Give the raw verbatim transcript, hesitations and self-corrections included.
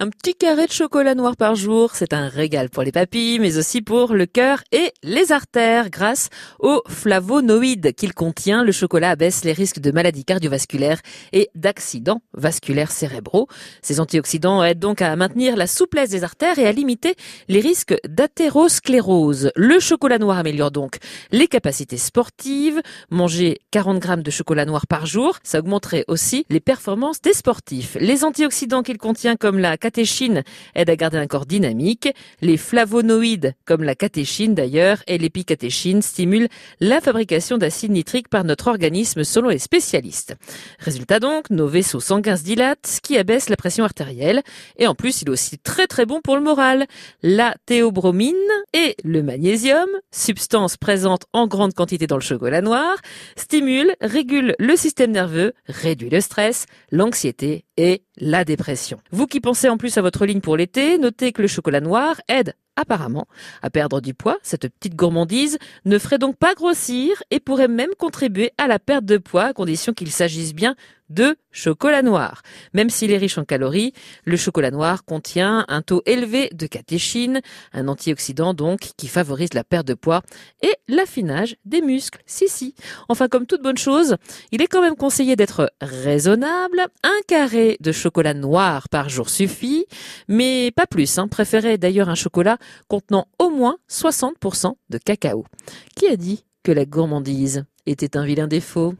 Un petit carré de chocolat noir par jour, c'est un régal pour les papilles, mais aussi pour le cœur et les artères. Grâce aux flavonoïdes qu'il contient, le chocolat abaisse les risques de maladies cardiovasculaires et d'accidents vasculaires cérébraux. Ces antioxydants aident donc à maintenir la souplesse des artères et à limiter les risques d'athérosclérose. Le chocolat noir améliore donc les capacités sportives. Manger quarante grammes de chocolat noir par jour, ça augmenterait aussi les performances des sportifs. Les antioxydants qu'il contient, comme la catéchine, aident à garder un corps dynamique. Les flavonoïdes, comme la catéchine d'ailleurs, et l'épicatéchine, stimulent la fabrication d'acide nitrique par notre organisme selon les spécialistes. Résultat donc, nos vaisseaux sanguins se dilatent, ce qui abaisse la pression artérielle. Et en plus, il est aussi très très bon pour le moral. La théobromine et le magnésium, substances présentes en grande quantité dans le chocolat noir, stimulent, régulent le système nerveux, réduit le stress, l'anxiété et la dépression. Vous qui pensez en plus à votre ligne pour l'été, notez que le chocolat noir aide apparemment à perdre du poids. Cette petite gourmandise ne ferait donc pas grossir et pourrait même contribuer à la perte de poids à condition qu'il s'agisse bien de chocolat noir. Même s'il est riche en calories, le chocolat noir contient un taux élevé de catéchine, un antioxydant donc qui favorise la perte de poids et l'affinage des muscles. Si, si. Enfin, comme toute bonne chose, il est quand même conseillé d'être raisonnable. Un carré de chocolat noir par jour suffit, mais pas plus. Hein. Préférez d'ailleurs un chocolat contenant au moins soixante pour cent de cacao. Qui a dit que la gourmandise était un vilain défaut ?